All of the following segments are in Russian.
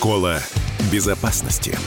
Школа безопасности.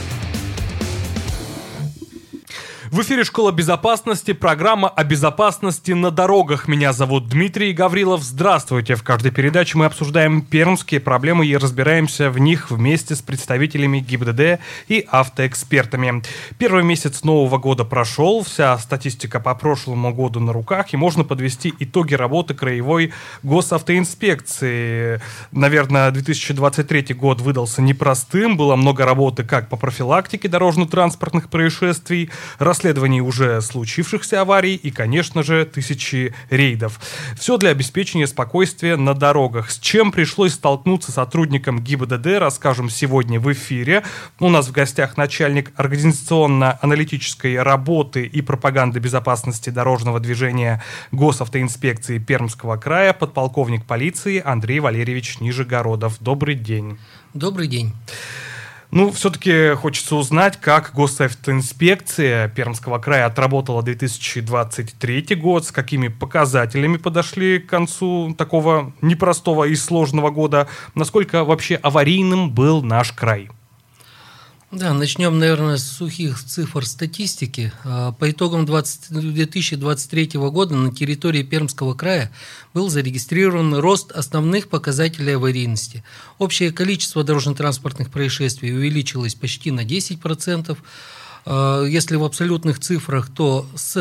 В эфире «Школа безопасности», программа о безопасности на дорогах. Меня зовут Дмитрий Гаврилов. Здравствуйте. В каждой передаче мы обсуждаем пермские проблемы и разбираемся в них вместе с представителями ГИБДД и автоэкспертами. Первый месяц Нового года прошел, вся статистика по прошлому году на руках, и можно подвести итоги работы краевой госавтоинспекции. Наверное, 2023 год выдался непростым, было много работы как по профилактике дорожно-транспортных происшествий, расследований уже случившихся аварий и, конечно же, тысячи рейдов. Все для обеспечения спокойствия на дорогах. С чем пришлось столкнуться сотрудникам ГИБДД, расскажем сегодня в эфире. У нас в гостях начальник организационно-аналитической работы и пропаганды безопасности дорожного движения госавтоинспекции Пермского края, подполковник полиции Андрей Валерьевич Нижегородов. Добрый день. Добрый день. Все-таки хочется узнать, как госавтоинспекция Пермского края отработала 2023 год, с какими показателями подошли к концу такого непростого и сложного года, насколько вообще аварийным был наш край. Да, начнем, наверное, с сухих цифр статистики. По итогам 2023 года на территории Пермского края был зарегистрирован рост основных показателей аварийности. Общее количество дорожно-транспортных происшествий увеличилось почти на 10%. Если в абсолютных цифрах, то с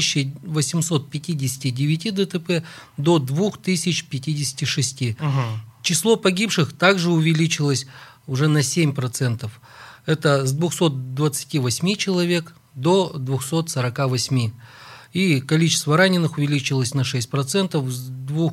1859 ДТП до 2056. Число погибших также увеличилось уже на 7%. Это с 228 человек до 248. И количество раненых увеличилось на 6%, с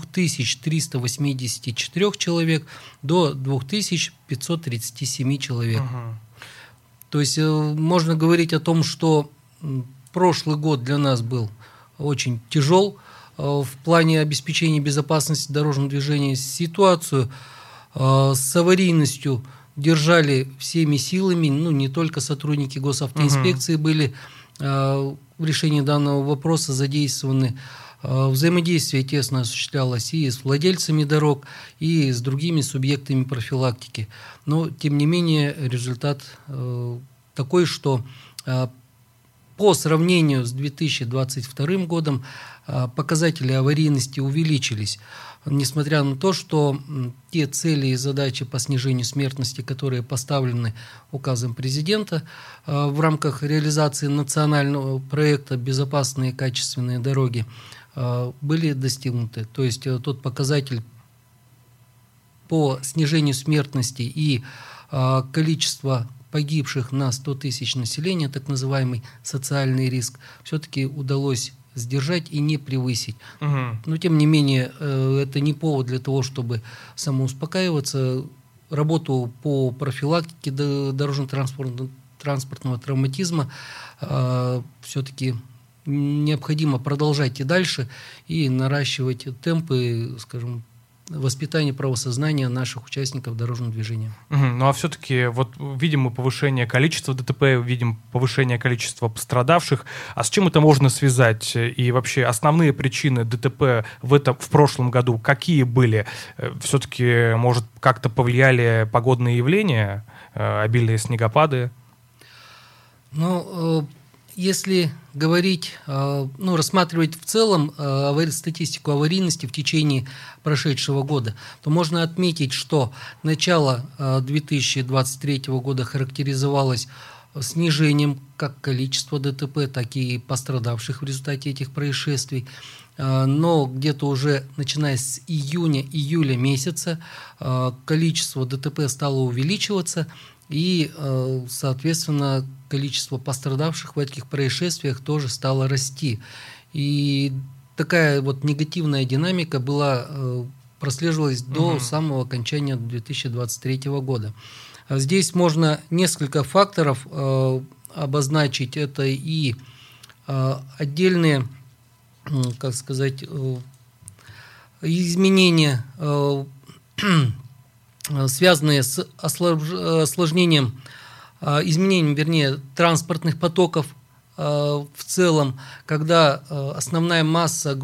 2384 человек до 2537 человек. То есть можно говорить о том, что прошлый год для нас был очень тяжел в плане обеспечения безопасности дорожного движения. Ситуацию с аварийностью держали всеми силами, не только сотрудники госавтоинспекции были в решении данного вопроса задействованы. Взаимодействие тесно осуществлялось и с владельцами дорог, и с другими субъектами профилактики. Но, тем не менее, результат такой, что по сравнению с 2022 годом показатели аварийности увеличились. Несмотря на то, что те цели и задачи по снижению смертности, которые поставлены указом президента в рамках реализации национального проекта «Безопасные и качественные дороги», были достигнуты. То есть тот показатель по снижению смертности и количество погибших на 100 тысяч населения, так называемый социальный риск, все-таки удалось сдержать и не превысить. Но, тем не менее, это не повод для того, чтобы самоуспокаиваться. Работу по профилактике дорожно-транспортного травматизма все-таки необходимо продолжать и дальше, и наращивать темпы, скажем, воспитание правосознания наших участников дорожного движения. Ну а все-таки видим мы повышение количества ДТП, видим повышение количества пострадавших. А с чем это можно связать? И вообще основные причины ДТП в прошлом году какие были? Все-таки, может, как-то повлияли погодные явления, обильные снегопады? Если говорить, рассматривать в целом статистику аварийности в течение прошедшего года, то можно отметить, что начало 2023 года характеризовалось снижением как количества ДТП, так и пострадавших в результате этих происшествий. Но где-то уже начиная с июля месяца количество ДТП стало увеличиваться, и, соответственно, количество пострадавших в этих происшествиях тоже стало расти. И такая негативная динамика прослеживалась до самого окончания 2023 года. Здесь можно несколько факторов обозначить. Это и отдельные, изменения, связанные с осложнением, изменением, транспортных потоков в целом, когда основная масса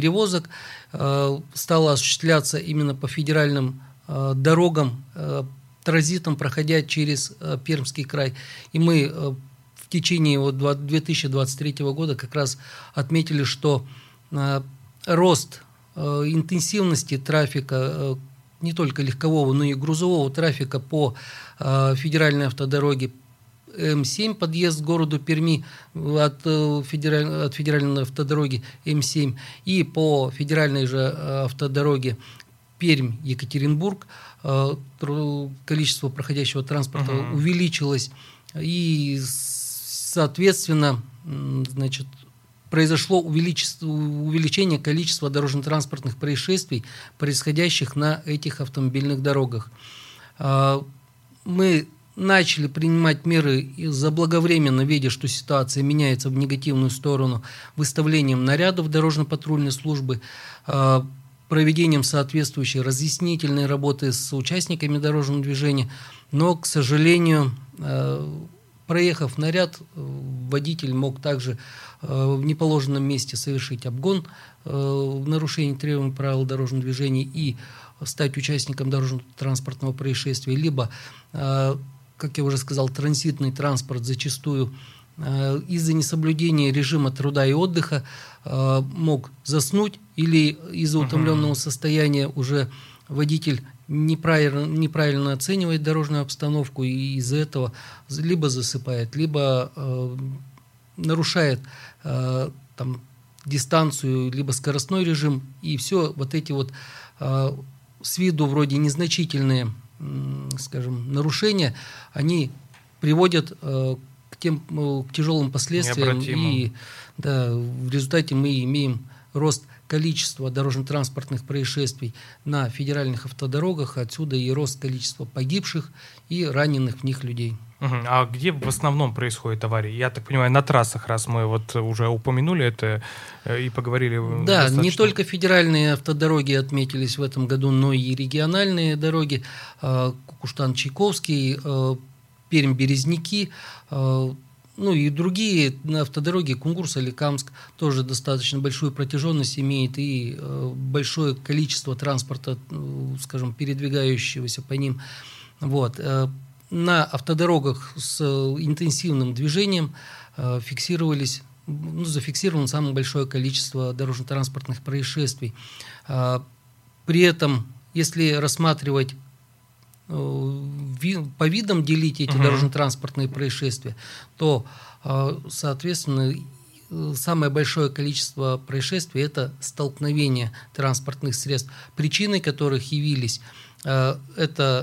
грузоперевозок стала осуществляться именно по федеральным дорогам, транзитом, проходя через Пермский край. И мы в течение 2023 года как раз отметили, что рост интенсивности трафика, не только легкового, но и грузового трафика по федеральной автодороге М7, подъезд к городу Перми от федеральной автодороги М7, и по федеральной же автодороге Пермь-Екатеринбург количество проходящего транспорта увеличилось, и, соответственно, значит, произошло увеличение количества дорожно-транспортных происшествий, происходящих на этих автомобильных дорогах. Мы начали принимать меры заблаговременно, видя, что ситуация меняется в негативную сторону, выставлением нарядов дорожно-патрульной службы, проведением соответствующей разъяснительной работы с участниками дорожного движения. Но, к сожалению, проехав наряд, водитель мог также в неположенном месте совершить обгон в нарушении требований правил дорожного движения и стать участником дорожно-транспортного происшествия, либо, как я уже сказал, транзитный транспорт зачастую из-за несоблюдения режима труда и отдыха мог заснуть, или из-за утомленного состояния уже водитель неправильно оценивает дорожную обстановку, и из-за этого либо засыпает, либо нарушает там дистанцию, либо скоростной режим, и все вот эти вот с виду вроде незначительные, скажем, нарушения, они приводят к тяжелым последствиям, и да, в результате мы имеем рост количества дорожно-транспортных происшествий на федеральных автодорогах, отсюда и рост количества погибших и раненых в них людей. А где в основном происходят аварии? Я так понимаю, на трассах, раз мы вот уже упомянули это и поговорили. Да, достаточно. Не только федеральные автодороги отметились в этом году, но и региональные дороги. Кукуштан-Чайковский, Пермь-Березники, ну и другие автодороги, Кунгур-Соликамск, тоже достаточно большую протяженность имеет и большое количество транспорта, скажем, передвигающегося по ним. Вот. На автодорогах с интенсивным движением зафиксировано самое большое количество дорожно-транспортных происшествий. При этом, если рассматривать по видам, делить эти дорожно-транспортные происшествия, то, соответственно, самое большое количество происшествий – это столкновения транспортных средств, причиной которых явились это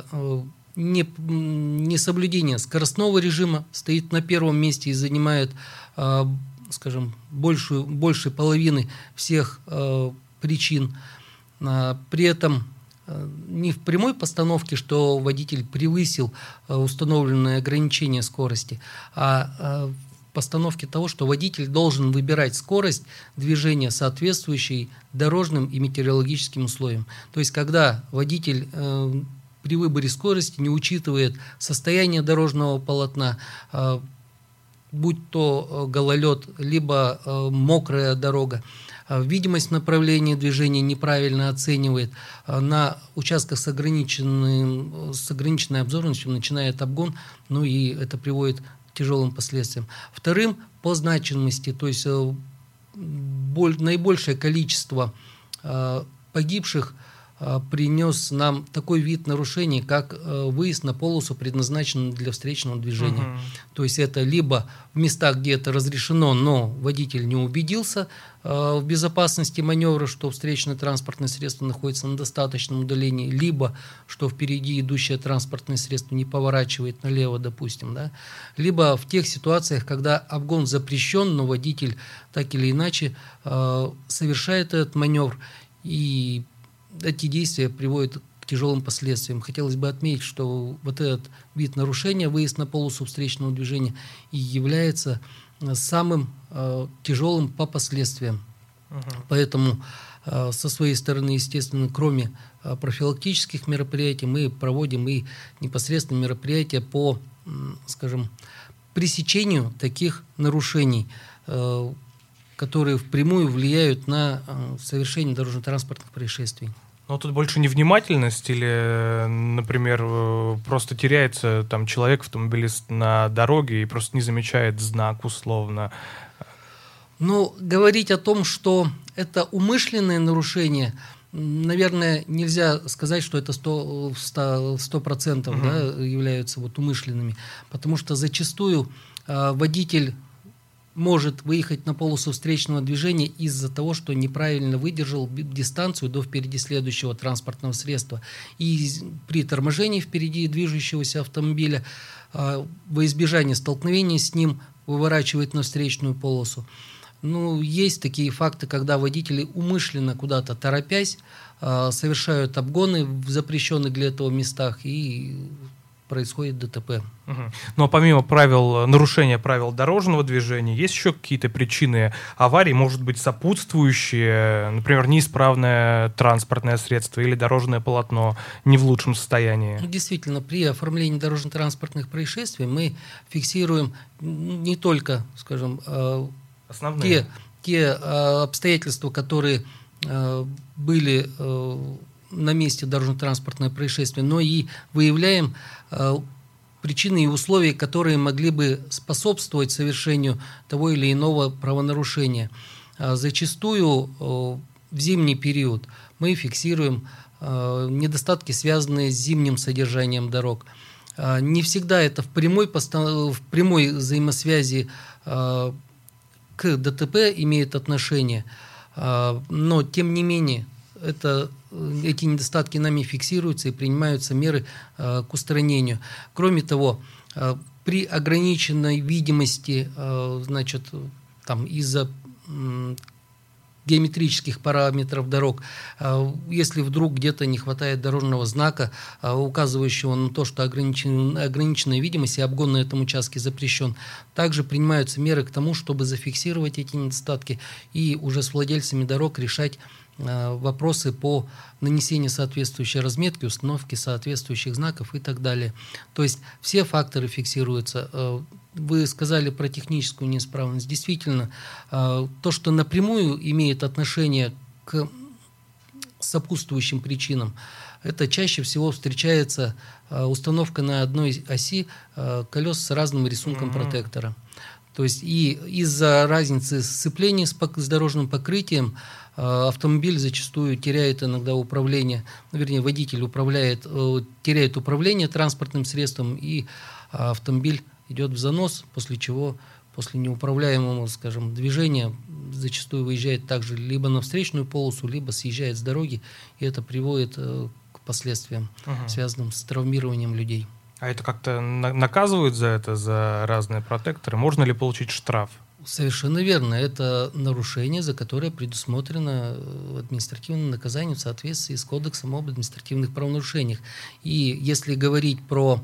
несоблюдение скоростного режима, стоит на первом месте и занимает, скажем, большей половины всех причин. При этом не в прямой постановке, что водитель превысил установленное ограничение скорости, а в постановке того, что водитель должен выбирать скорость движения, соответствующей дорожным и метеорологическим условиям. То есть, когда водитель при выборе скорости не учитывает состояние дорожного полотна, будь то гололед, либо мокрая дорога, видимость направления движения неправильно оценивает, на участках с ограниченной обзорностью начинает обгон, ну и это приводит к тяжелым последствиям. Вторым, по значимости, то есть наибольшее количество погибших принес нам такой вид нарушений, как выезд на полосу, предназначенную для встречного движения. То есть это либо в местах, где это разрешено, но водитель не убедился в безопасности маневра, что встречное транспортное средство находится на достаточном удалении, либо что впереди идущее транспортное средство не поворачивает налево, допустим, да? Либо в тех ситуациях, когда обгон запрещен, но водитель так или иначе совершает этот маневр, и эти действия приводят к тяжелым последствиям. Хотелось бы отметить, что вот этот вид нарушения, выезд на полосу встречного движения, и является самым тяжелым по последствиям. Поэтому со своей стороны, естественно, кроме профилактических мероприятий, мы проводим и непосредственно мероприятия по, скажем, пресечению таких нарушений, которые впрямую влияют на совершение дорожно-транспортных происшествий. Но тут больше невнимательность или, например, просто теряется там человек, автомобилист на дороге и просто не замечает знак условно. Ну, говорить о том, что это умышленное нарушение, наверное, нельзя сказать, что это 100% да, являются вот умышленными, потому что зачастую водитель может выехать на полосу встречного движения из-за того, что неправильно выдержал дистанцию до впереди следующего транспортного средства. И при торможении впереди движущегося автомобиля во избежание столкновения с ним выворачивает на встречную полосу. Ну, есть такие факты, когда водители умышленно куда-то торопясь совершают обгоны в запрещенных для этого местах и происходит ДТП. Но помимо нарушения правил дорожного движения, есть еще какие-то причины аварий, может быть, сопутствующие, например, неисправное транспортное средство или дорожное полотно не в лучшем состоянии? Действительно, при оформлении дорожно-транспортных происшествий мы фиксируем не только, скажем, основные те обстоятельства, которые были на месте дорожно-транспортного происшествия, но и выявляем причины и условия, которые могли бы способствовать совершению того или иного правонарушения. Зачастую в зимний период мы фиксируем недостатки, связанные с зимним содержанием дорог. Не всегда это в прямой взаимосвязи к ДТП имеет отношение, но тем не менее эти недостатки нами фиксируются и принимаются меры к устранению. Кроме того, при ограниченной видимости, значит, там, из-за геометрических параметров дорог, если вдруг где-то не хватает дорожного знака, указывающего на то, что ограниченная видимость и обгон на этом участке запрещен, также принимаются меры к тому, чтобы зафиксировать эти недостатки и уже с владельцами дорог решать вопросы по нанесению соответствующей разметки, установке соответствующих знаков и так далее. То есть все факторы фиксируются. Вы сказали про техническую неисправность. Действительно, то, что напрямую имеет отношение к сопутствующим причинам, это чаще всего встречается установка на одной оси колес с разным рисунком протектора. То есть и из-за разницы сцеплений с дорожным покрытием автомобиль зачастую теряет иногда управление, вернее, водитель теряет управление транспортным средством, и автомобиль идет в занос, после чего, после неуправляемого, скажем, движения, зачастую выезжает также либо на встречную полосу, либо съезжает с дороги, и это приводит к последствиям, связанным с травмированием людей. А это как-то наказывают за это, за разные протекторы? Можно ли получить штраф? Совершенно верно. Это нарушение, за которое предусмотрено административное наказание в соответствии с Кодексом об административных правонарушениях. И если говорить про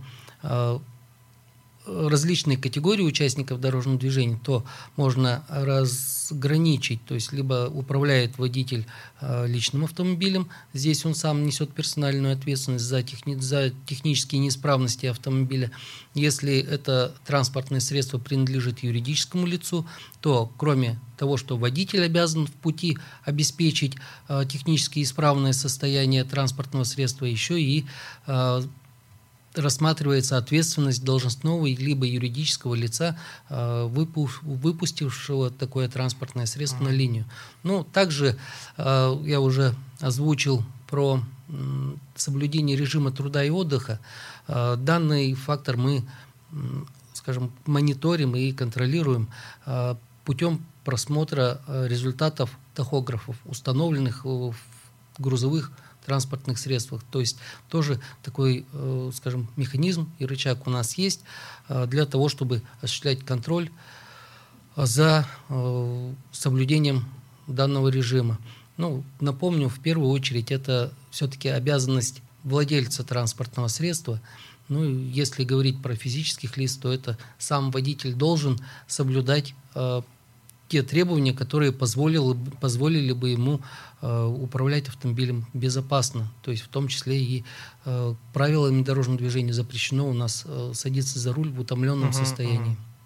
различные категории участников дорожного движения, то можно разграничить, то есть либо управляет водитель личным автомобилем, здесь он сам несет персональную ответственность за технические неисправности автомобиля. Если это транспортное средство принадлежит юридическому лицу, то кроме того, что водитель обязан в пути обеспечить технически исправное состояние транспортного средства, еще и рассматривается ответственность должностного либо юридического лица, выпустившего такое транспортное средство на линию. Ну, также я уже озвучил про соблюдение режима труда и отдыха. Данный фактор мы, скажем, мониторим и контролируем путем просмотра результатов тахографов, установленных в грузовых транспортных средствах. То есть тоже такой, скажем, механизм и рычаг у нас есть для того, чтобы осуществлять контроль за соблюдением данного режима. Ну, напомню, в первую очередь это все-таки обязанность владельца транспортного средства. Ну, если говорить про физических лиц, то это сам водитель должен соблюдать те требования, которые позволили бы ему управлять автомобилем безопасно. То есть в том числе и правилами дорожного движения запрещено у нас садиться за руль в утомленном состоянии.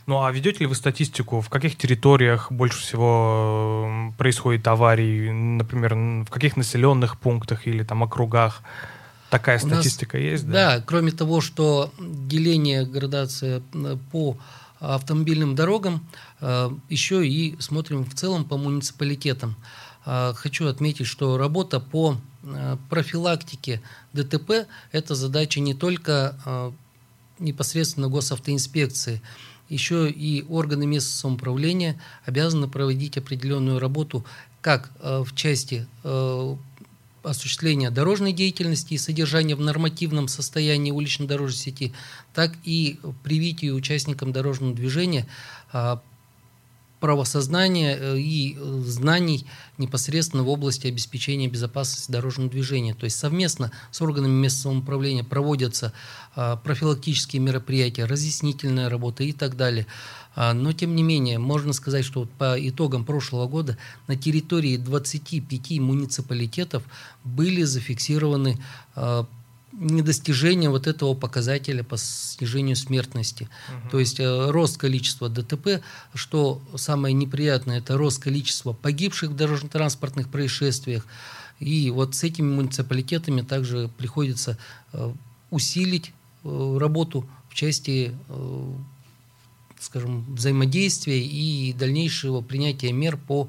Ну а ведете ли вы статистику, в каких территориях больше всего происходит аварий, например, в каких населенных пунктах или там округах? Такая статистика есть, да? Да, кроме того, что деление, градация по автомобильным дорогам, еще и смотрим в целом по муниципалитетам. Хочу отметить, что работа по профилактике ДТП – это задача не только непосредственно госавтоинспекции, еще и органы местного самоуправления обязаны проводить определенную работу как в части осуществления дорожной деятельности и содержания в нормативном состоянии улично-дорожной сети, так и привитию участникам дорожного движения правосознания и знаний непосредственно в области обеспечения безопасности дорожного движения. То есть совместно с органами местного самоуправления проводятся профилактические мероприятия, разъяснительная работа и так далее. Но, тем не менее, можно сказать, что по итогам прошлого года на территории 25 муниципалитетов были зафиксированы недостижение вот этого показателя по снижению смертности. То есть рост количества ДТП, что самое неприятное, это рост количества погибших в дорожно-транспортных происшествиях. И вот с этими муниципалитетами также приходится усилить работу в части, скажем, взаимодействия и дальнейшего принятия мер по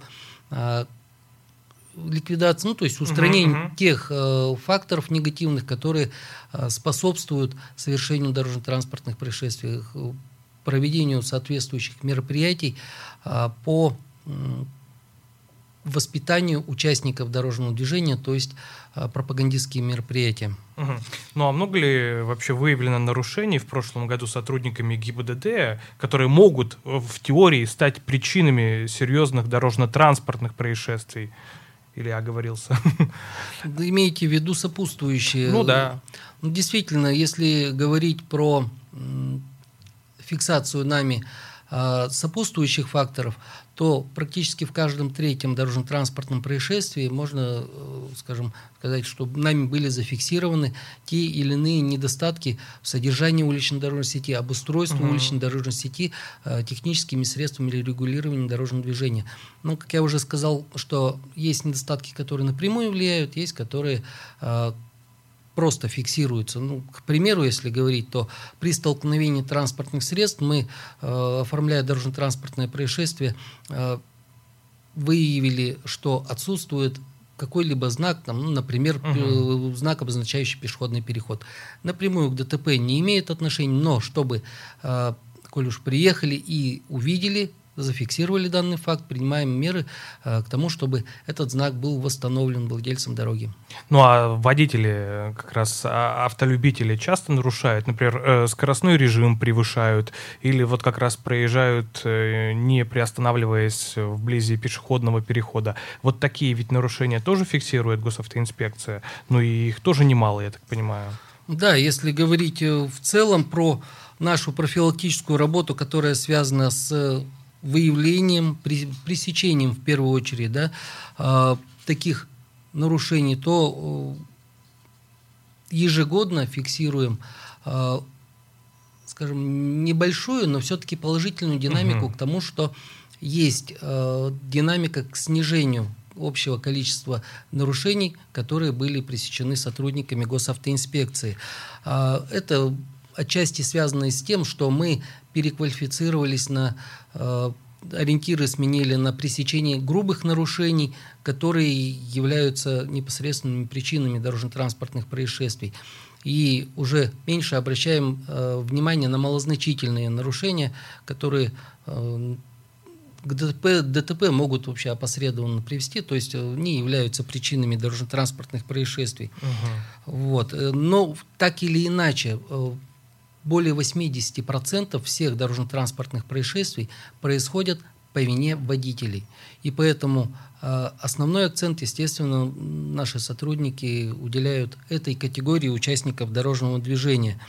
ликвидации, ну, то есть устранение тех факторов негативных, которые способствуют совершению дорожно-транспортных происшествий, проведению соответствующих мероприятий по воспитанию участников дорожного движения, то есть пропагандистские мероприятия. Ну а много ли вообще выявлено нарушений в прошлом году сотрудниками ГИБДД, которые могут в теории стать причинами серьезных дорожно-транспортных происшествий? Или я оговорился? Вы имеете в виду сопутствующие? Ну да. Ну, действительно, если говорить про фиксацию нами сопутствующих факторов, то практически в каждом третьем дорожно-транспортном происшествии можно, скажем, сказать, что нами были зафиксированы те или иные недостатки в содержании улично-дорожной сети, обустройстве улично-дорожной сети техническими средствами для регулирования дорожного движения. Но, как я уже сказал, что есть недостатки, которые напрямую влияют, есть, которые просто фиксируются. Ну, к примеру, если говорить, то при столкновении транспортных средств мы, оформляя дорожно-транспортное происшествие, выявили, что отсутствует какой-либо знак, там, ну, например, знак, обозначающий пешеходный переход. Напрямую к ДТП не имеет отношения, но чтобы, коль уж приехали и увидели, зафиксировали данный факт, принимаем меры к тому, чтобы этот знак был восстановлен владельцем дороги. Ну а водители, как раз автолюбители, часто нарушают, например, скоростной режим превышают или вот как раз проезжают, не приостанавливаясь вблизи пешеходного перехода. Вот такие ведь нарушения тоже фиксирует госавтоинспекция, ну и их тоже немало, я так понимаю. Да, если говорить в целом про нашу профилактическую работу, которая связана с выявлением, пресечением в первую очередь, да, таких нарушений, то ежегодно фиксируем, скажем, небольшую, но все-таки положительную динамику к тому, что есть динамика к снижению общего количества нарушений, которые были пресечены сотрудниками госавтоинспекции. Это отчасти связано с тем, что мы переквалифицировались на ориентиры, сменили на пресечение грубых нарушений, которые являются непосредственными причинами дорожно-транспортных происшествий. И уже меньше обращаем внимание на малозначительные нарушения, которые к ДТП могут вообще опосредованно привести, то есть не являются причинами дорожно-транспортных происшествий. Вот. Но так или иначе, более 80% всех дорожно-транспортных происшествий происходят по вине водителей. И поэтому основной акцент, естественно, наши сотрудники уделяют этой категории участников дорожного движения.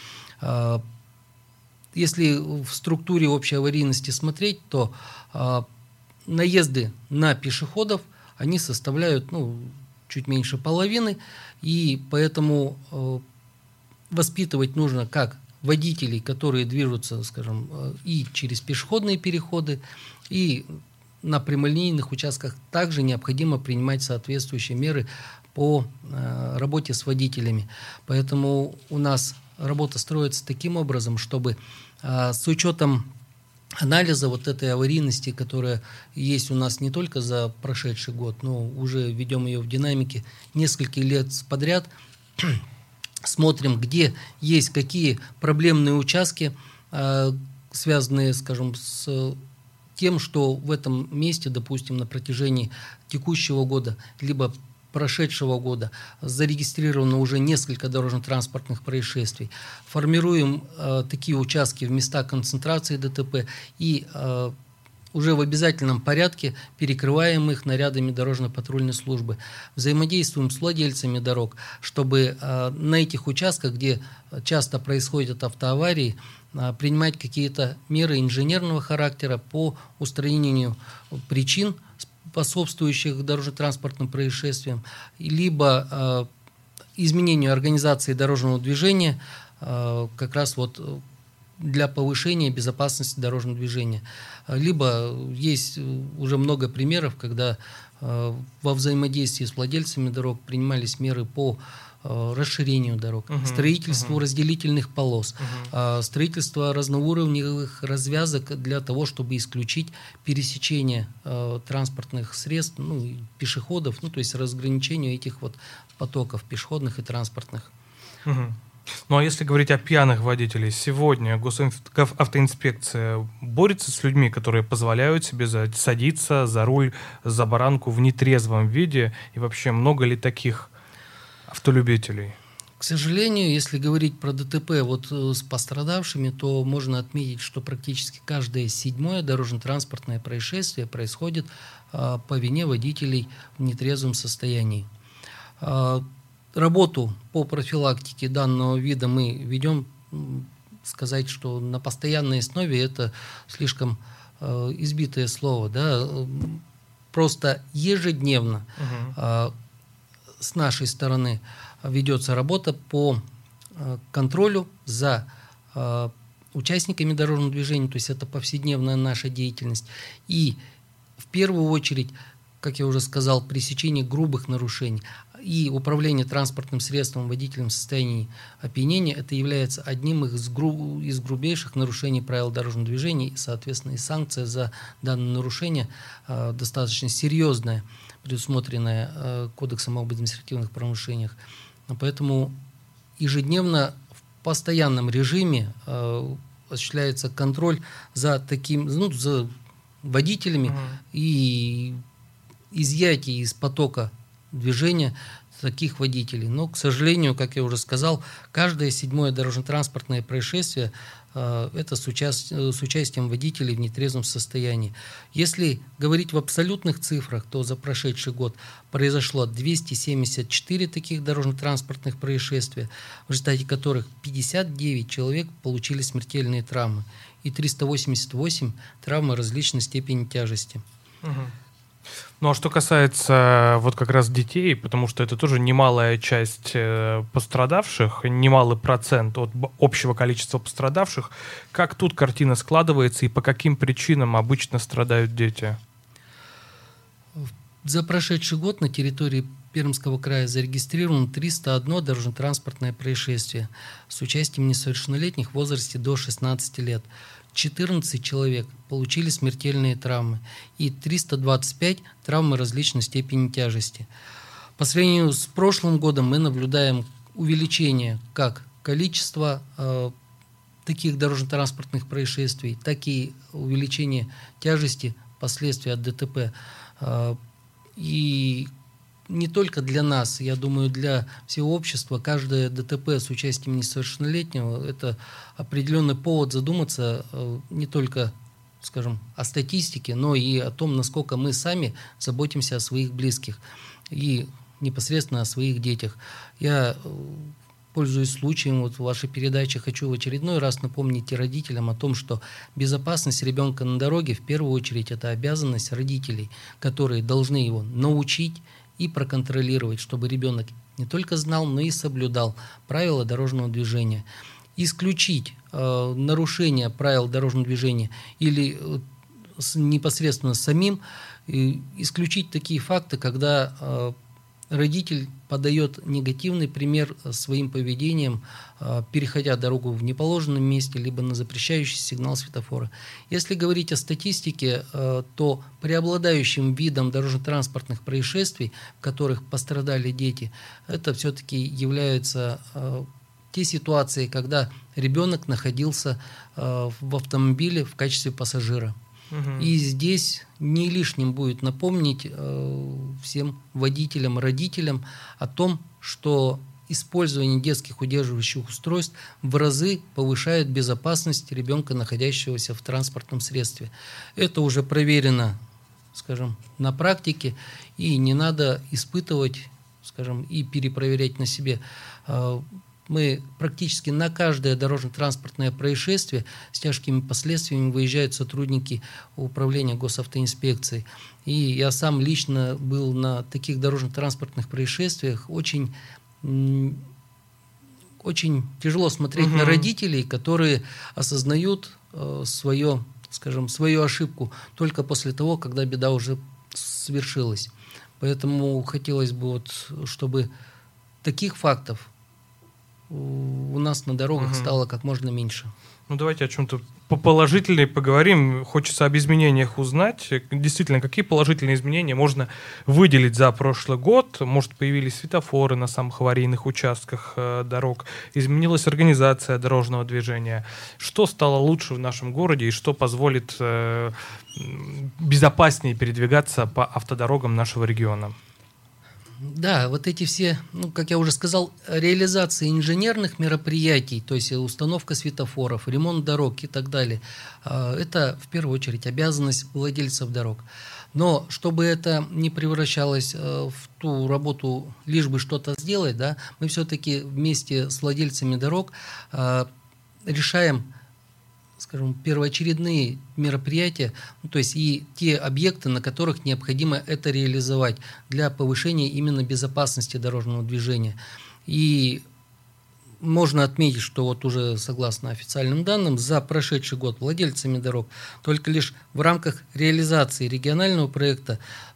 Если в структуре общей аварийности смотреть, то наезды на пешеходов, они составляют чуть меньше половины, и поэтому воспитывать нужно как водителей, которые движутся, скажем, и через пешеходные переходы, и на прямолинейных участках также необходимо принимать соответствующие меры по работе с водителями. Поэтому у нас работа строится таким образом, чтобы с учетом анализа вот этой аварийности, которая есть у нас не только за прошедший год, но уже ведем ее в динамике несколько лет подряд, смотрим, где есть какие проблемные участки, связанные, скажем, с тем, что в этом месте, допустим, на протяжении текущего года, либо прошедшего года зарегистрировано уже несколько дорожно-транспортных происшествий. Формируем такие участки в места концентрации ДТП и уже в обязательном порядке перекрываем их нарядами дорожно-патрульной службы. Взаимодействуем с владельцами дорог, чтобы на этих участках, где часто происходят автоаварии, принимать какие-то меры инженерного характера по устранению причин, способствующих дорожно-транспортным происшествиям, либо изменению организации дорожного движения как раз вот для повышения безопасности дорожного движения. Либо есть уже много примеров, когда во взаимодействии с владельцами дорог принимались меры по расширению дорог, строительству разделительных полос, строительство разноуровневых развязок для того, чтобы исключить пересечение транспортных средств, пешеходов, то есть разграничению этих вот потоков пешеходных и транспортных. Ну а если говорить о пьяных водителях, сегодня госавтоинспекция борется с людьми, которые позволяют себе садиться за руль, за баранку в нетрезвом виде, и вообще много ли таких автолюбителей? К сожалению, если говорить про ДТП вот с пострадавшими, то можно отметить, что практически каждое 7-е дорожно-транспортное происшествие происходит по вине водителей в нетрезвом состоянии. Работу по профилактике данного вида мы ведем, сказать, что на постоянной основе это слишком избитое слово, да, просто ежедневно с нашей стороны ведется работа по контролю за участниками дорожного движения, то есть это повседневная наша деятельность. И в первую очередь, как я уже сказал, пресечение грубых нарушений и управление транспортным средством водителем в состоянии опьянения, это является одним из грубейших нарушений правил дорожного движения, и, соответственно, и санкция за данное нарушение достаточно серьезная, предусмотренная Кодексом об административных правонарушениях. Поэтому ежедневно в постоянном режиме осуществляется контроль за за водителями и изъятие из потока движения таких водителей. Но, к сожалению, как я уже сказал, каждое 7-е дорожно-транспортное происшествие это с участием водителей в нетрезвом состоянии. Если говорить в абсолютных цифрах, то за прошедший год произошло 274 таких дорожно-транспортных происшествия, в результате которых 59 человек получили смертельные травмы и 388 травмы различной степени тяжести. Ну а что касается вот как раз детей, потому что это тоже немалая часть пострадавших, немалый процент от общего количества пострадавших, как тут картина складывается и по каким причинам обычно страдают дети? За прошедший год на территории Пермского края зарегистрировано 301 дорожно-транспортное происшествие с участием несовершеннолетних в возрасте до 16 лет. 14 человек получили смертельные травмы и 325 травмы различной степени тяжести. По сравнению с прошлым годом мы наблюдаем увеличение как количества таких дорожно-транспортных происшествий, так и увеличение тяжести последствий от ДТП. И не только для нас, я думаю, для всего общества, каждое ДТП с участием несовершеннолетнего – это определенный повод задуматься не только, скажем, о статистике, но и о том, насколько мы сами заботимся о своих близких и непосредственно о своих детях. Я, пользуясь случаем вот в вашей передаче, хочу в очередной раз напомнить и родителям о том, что безопасность ребенка на дороге в первую очередь это обязанность родителей, которые должны его научить и проконтролировать, чтобы ребенок не только знал, но и соблюдал правила дорожного движения. исключить нарушение правил дорожного движения или непосредственно самим, исключить такие факты, когда родитель подает негативный пример своим поведением, переходя дорогу в неположенном месте, либо на запрещающий сигнал светофора. Если говорить о статистике, то преобладающим видом дорожно-транспортных происшествий, в которых пострадали дети, это все-таки являются те ситуации, когда ребенок находился в автомобиле в качестве пассажира. И здесь не лишним будет напомнить всем водителям, родителям о том, что использование детских удерживающих устройств в разы повышает безопасность ребенка, находящегося в транспортном средстве. Это уже проверено, скажем, на практике, и не надо испытывать, скажем, и перепроверять на себе. Мы практически на каждое дорожно-транспортное происшествие с тяжкими последствиями выезжают сотрудники управления госавтоинспекции. И я сам лично был на таких дорожно-транспортных происшествиях. Очень тяжело смотреть на родителей, которые осознают свою ошибку только после того, когда беда уже свершилась. Поэтому хотелось бы, чтобы таких фактов у нас на дорогах стало как можно меньше. Ну, давайте о чем-то положительнее поговорим. Хочется об изменениях узнать. Действительно, какие положительные изменения можно выделить за прошлый год? Может, появились светофоры на самых аварийных участках дорог? Изменилась организация дорожного движения? Что стало лучше в нашем городе и что позволит безопаснее передвигаться по автодорогам нашего региона? Да, вот эти все, как я уже сказал, реализация инженерных мероприятий, то есть установка светофоров, ремонт дорог и так далее, это в первую очередь обязанность владельцев дорог. Но чтобы это не превращалось в ту работу, лишь бы что-то сделать, да, мы все-таки вместе с владельцами дорог решаем, скажем, первоочередные мероприятия, то есть и те объекты, на которых необходимо это реализовать для повышения именно безопасности дорожного движения. И можно отметить, что вот уже согласно официальным данным, за прошедший год владельцами дорог только лишь в рамках реализации регионального проекта,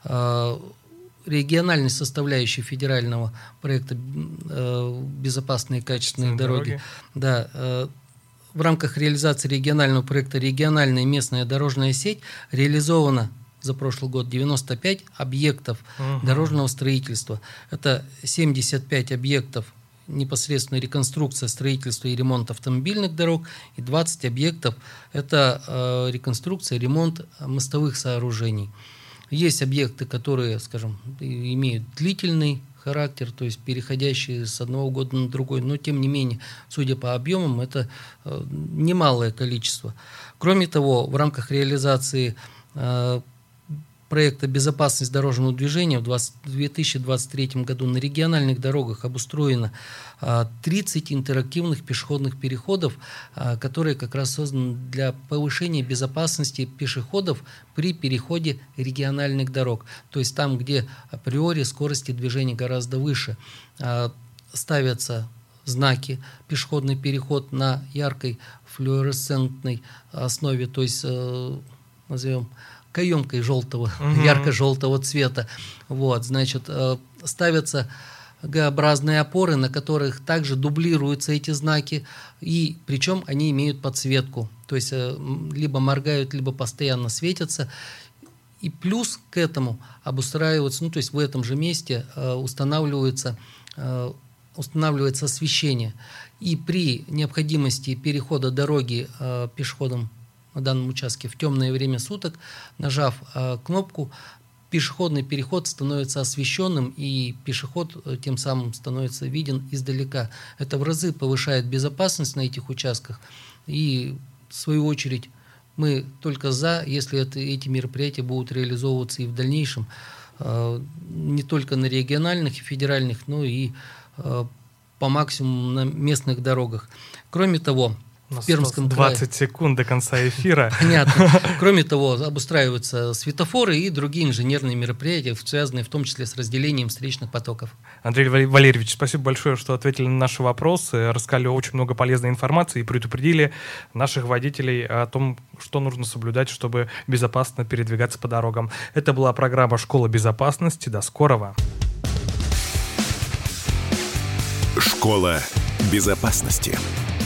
региональной составляющей федерального проекта «Безопасные и качественные дороги», да, в рамках реализации регионального проекта «Региональная и местная дорожная сеть» реализовано за прошлый год 95 объектов дорожного строительства. Это 75 объектов непосредственно реконструкция, строительство и ремонт автомобильных дорог, и 20 объектов – это реконструкция, ремонт мостовых сооружений. Есть объекты, которые, скажем, имеют длительный характер, то есть переходящие с одного года на другой, но тем не менее, судя по объемам, это немалое количество. Кроме того, в рамках реализации проекта «Безопасность дорожного движения» в 2023 году на региональных дорогах обустроено 30 интерактивных пешеходных переходов, которые как раз созданы для повышения безопасности пешеходов при переходе региональных дорог. То есть там, где априори скорости движения гораздо выше, ставятся знаки «Пешеходный переход» на яркой флуоресцентной основе, то есть назовем каемкой желтого, ярко-желтого цвета. Вот, значит, ставятся Г-образные опоры, на которых также дублируются эти знаки, и причем они имеют подсветку, то есть либо моргают, либо постоянно светятся. И плюс к этому обустраиваются, то есть в этом же месте устанавливается освещение. И при необходимости перехода дороги пешеходам на данном участке в темное время суток, нажав кнопку, пешеходный переход становится освещенным, и пешеход тем самым становится виден издалека. Это в разы повышает безопасность на этих участках. И в свою очередь мы только за, если эти мероприятия будут реализовываться и в дальнейшем, не только на региональных и федеральных, но и по максимуму на местных дорогах. Кроме того, в Пермском 20 крае. секунд до конца эфира. Понятно. Кроме того, обустраиваются светофоры и другие инженерные мероприятия, связанные в том числе с разделением встречных потоков. Андрей Валерьевич, спасибо большое, что ответили на наши вопросы, рассказали очень много полезной информации и предупредили наших водителей о том, что нужно соблюдать, чтобы безопасно передвигаться по дорогам. Это была программа «Школа безопасности». До скорого. Школа безопасности.